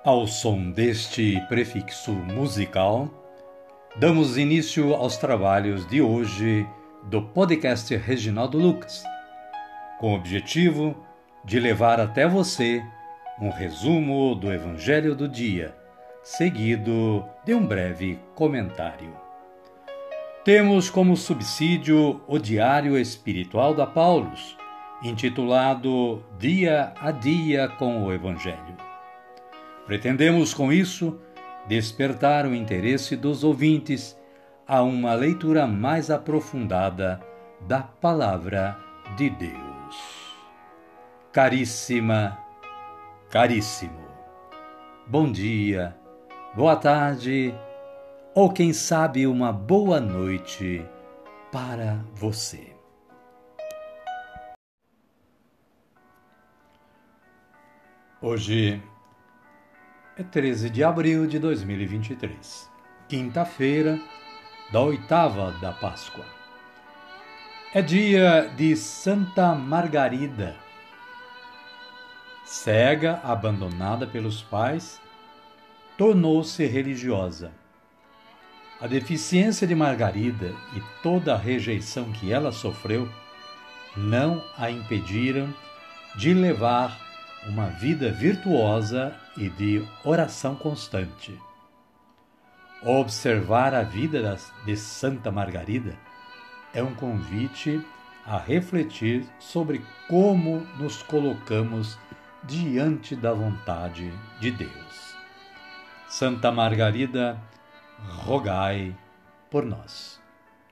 Ao som deste prefixo musical, damos início aos trabalhos de hoje do podcast Reginaldo Lucas, com o objetivo de levar até você um resumo do Evangelho do dia, seguido de um breve comentário. Temos como subsídio o Diário Espiritual da Paulus, intitulado Dia a Dia com o Evangelho. Pretendemos, com isso, despertar o interesse dos ouvintes a uma leitura mais aprofundada da Palavra de Deus. Caríssima, caríssimo, bom dia, boa tarde ou, quem sabe, uma boa noite para você. Hoje é 13 de abril de 2023, quinta-feira da oitava da Páscoa. É dia de Santa Margarida. Cega, abandonada pelos pais, tornou-se religiosa. A deficiência de Margarida e toda a rejeição que ela sofreu não a impediram de levar uma vida virtuosa e de oração constante. Observar a vida de Santa Margarida é um convite a refletir sobre como nos colocamos diante da vontade de Deus. Santa Margarida, rogai por nós.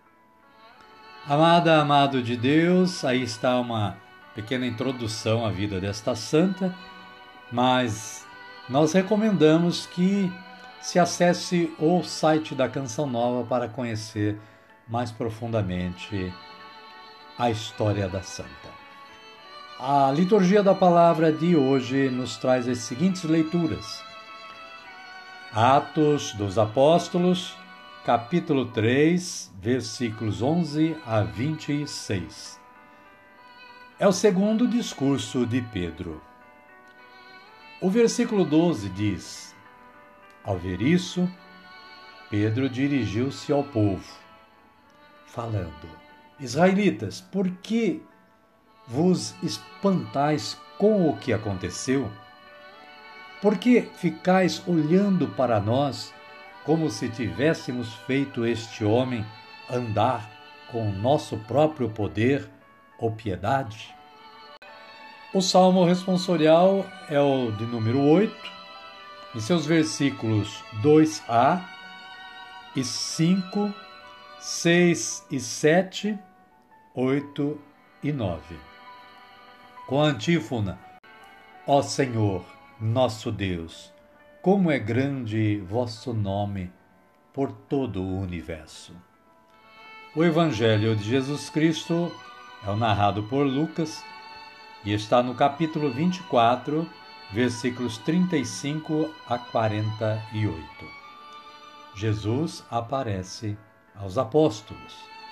Amada, amado de Deus, aí está uma pequena introdução à vida desta santa, mas nós recomendamos que se acesse o site da Canção Nova para conhecer mais profundamente a história da santa. A liturgia da palavra de hoje nos traz as seguintes leituras: Atos dos Apóstolos, capítulo 3, versículos 11 a 26. É o segundo discurso de Pedro. O versículo 12 diz: Ao ver isso, Pedro dirigiu-se ao povo, falando: Israelitas, por que vos espantais com o que aconteceu? Por que ficais olhando para nós como se tivéssemos feito este homem andar com o nosso próprio poder ou piedade? O Salmo responsorial é o de número 8, em seus versículos 2a e 5, 6 e 7, 8 e 9. Com a antífona: Ó Senhor, nosso Deus, como é grande vosso nome por todo o universo. O Evangelho de Jesus Cristo é o narrado por Lucas e está no capítulo 24, versículos 35 a 48. Jesus aparece aos apóstolos.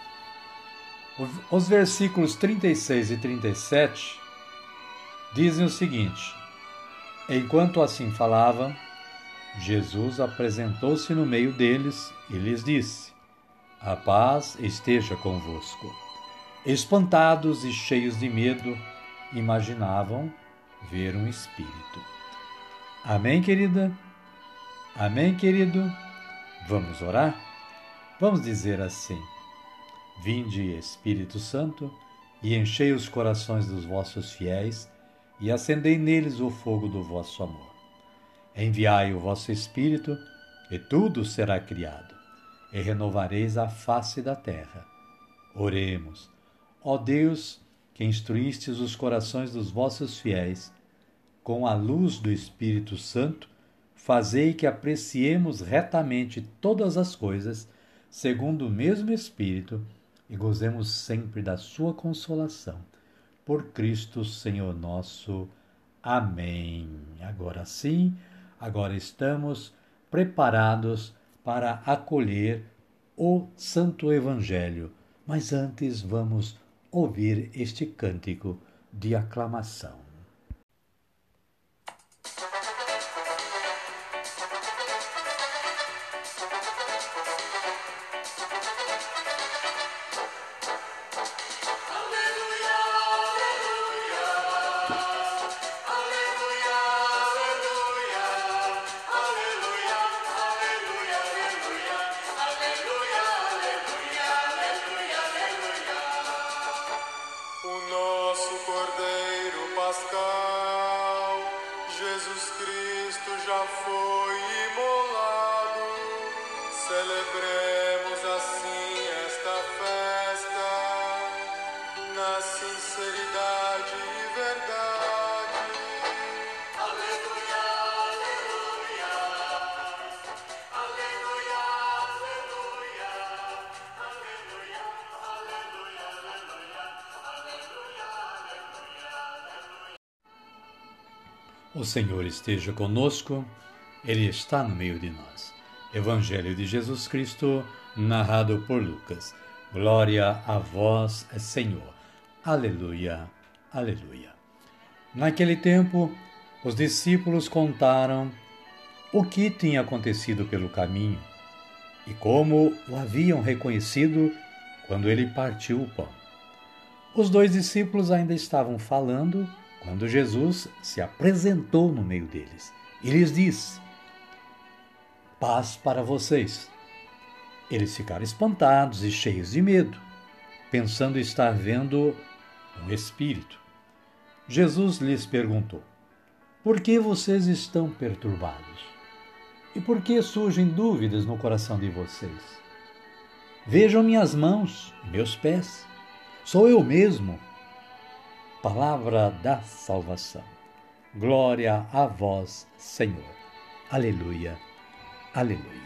Os versículos 36 e 37 dizem o seguinte: Enquanto assim falava, Jesus apresentou-se no meio deles e lhes disse: A paz esteja convosco. Espantados e cheios de medo, imaginavam ver um espírito. Amém, querida? Amém, querido? Vamos orar? Vamos dizer assim: Vinde, Espírito Santo, e enchei os corações dos vossos fiéis, e acendei neles o fogo do vosso amor. Enviai o vosso Espírito, e tudo será criado, e renovareis a face da terra. Oremos. Ó Deus, que instruístes os corações dos vossos fiéis, com a luz do Espírito Santo, fazei que apreciemos retamente todas as coisas, segundo o mesmo Espírito, e gozemos sempre da sua consolação. Por Cristo, Senhor nosso. Amém. Agora sim, agora estamos preparados para acolher o Santo Evangelho. Mas antes vamos ouvir este cântico de aclamação. pascal, Jesus Cristo já foi imolado. Celebremos assim esta festa, na sinceridade e verdade. Aleluia, aleluia, aleluia, aleluia, aleluia, aleluia, aleluia, aleluia. O Senhor esteja conosco, Ele está no meio de nós. Evangelho de Jesus Cristo, narrado por Lucas. Glória a vós, Senhor. Aleluia, aleluia. Naquele tempo, os discípulos contaram o que tinha acontecido pelo caminho e como o haviam reconhecido quando ele partiu o pão. Os dois discípulos ainda estavam falando quando Jesus se apresentou no meio deles e lhes disse: paz para vocês. Eles ficaram espantados e cheios de medo, pensando estar vendo um espírito. Jesus lhes perguntou: por que vocês estão perturbados? E por que surgem dúvidas no coração de vocês? Vejam minhas mãos e meus pés. Sou eu mesmo. Palavra da salvação. Glória a vós, Senhor. Aleluia, aleluia.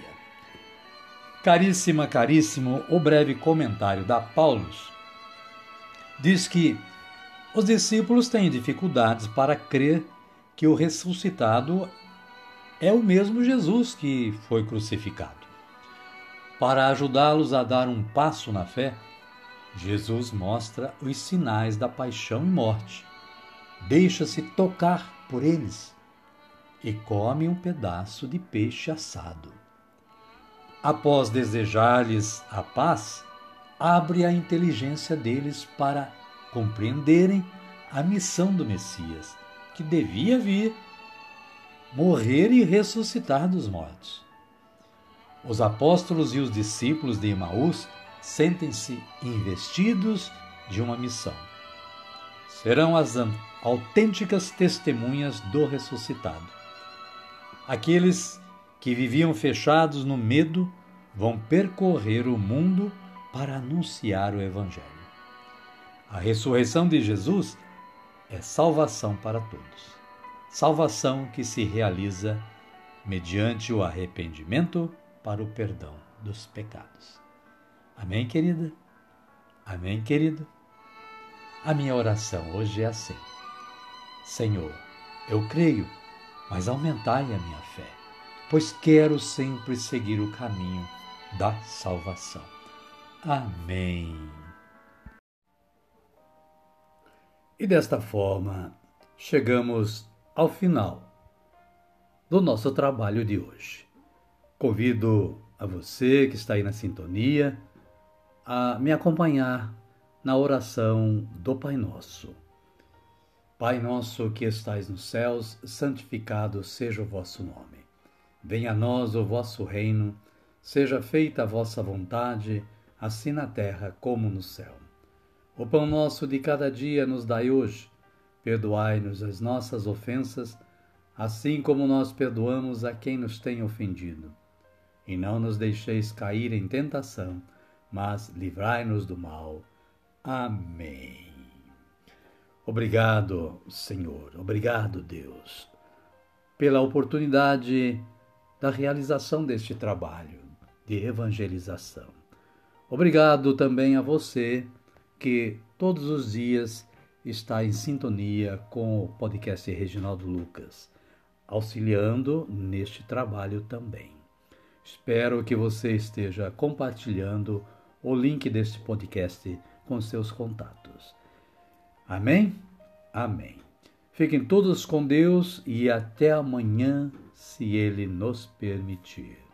Caríssima, caríssimo, o breve comentário da Paulus diz que os discípulos têm dificuldades para crer que o ressuscitado é o mesmo Jesus que foi crucificado. Para ajudá-los a dar um passo na fé, Jesus mostra os sinais da paixão e morte, deixa-se tocar por eles e come um pedaço de peixe assado. Após desejar-lhes a paz, abre a inteligência deles para compreenderem a missão do Messias, que devia vir, morrer e ressuscitar dos mortos. Os apóstolos e os discípulos de Emaús sentem-se investidos de uma missão. Serão as autênticas testemunhas do ressuscitado. Aqueles que viviam fechados no medo vão percorrer o mundo para anunciar o Evangelho. A ressurreição de Jesus é salvação para todos. Salvação que se realiza mediante o arrependimento para o perdão dos pecados. Amém, querida? Amém, querido? A minha oração hoje é assim: Senhor, eu creio, mas aumentai a minha fé, pois quero sempre seguir o caminho da salvação. Amém. E desta forma, chegamos ao final do nosso trabalho de hoje. Convido a você que está aí na sintonia a me acompanhar na oração do Pai Nosso. Pai nosso que estais nos céus, santificado seja o vosso nome. Venha a nós o vosso reino, seja feita a vossa vontade, assim na terra como no céu. O pão nosso de cada dia nos dai hoje. Perdoai-nos as nossas ofensas, assim como nós perdoamos a quem nos tem ofendido. E não nos deixeis cair em tentação, mas livrai-nos do mal. Amém. Obrigado, Senhor. Obrigado, Deus, pela oportunidade da realização deste trabalho de evangelização. Obrigado também a você que todos os dias está em sintonia com o podcast Reginaldo Lucas, auxiliando neste trabalho também. Espero que você esteja compartilhando o link deste podcast com seus contatos. Amém? Amém. Fiquem todos com Deus e até amanhã, se Ele nos permitir.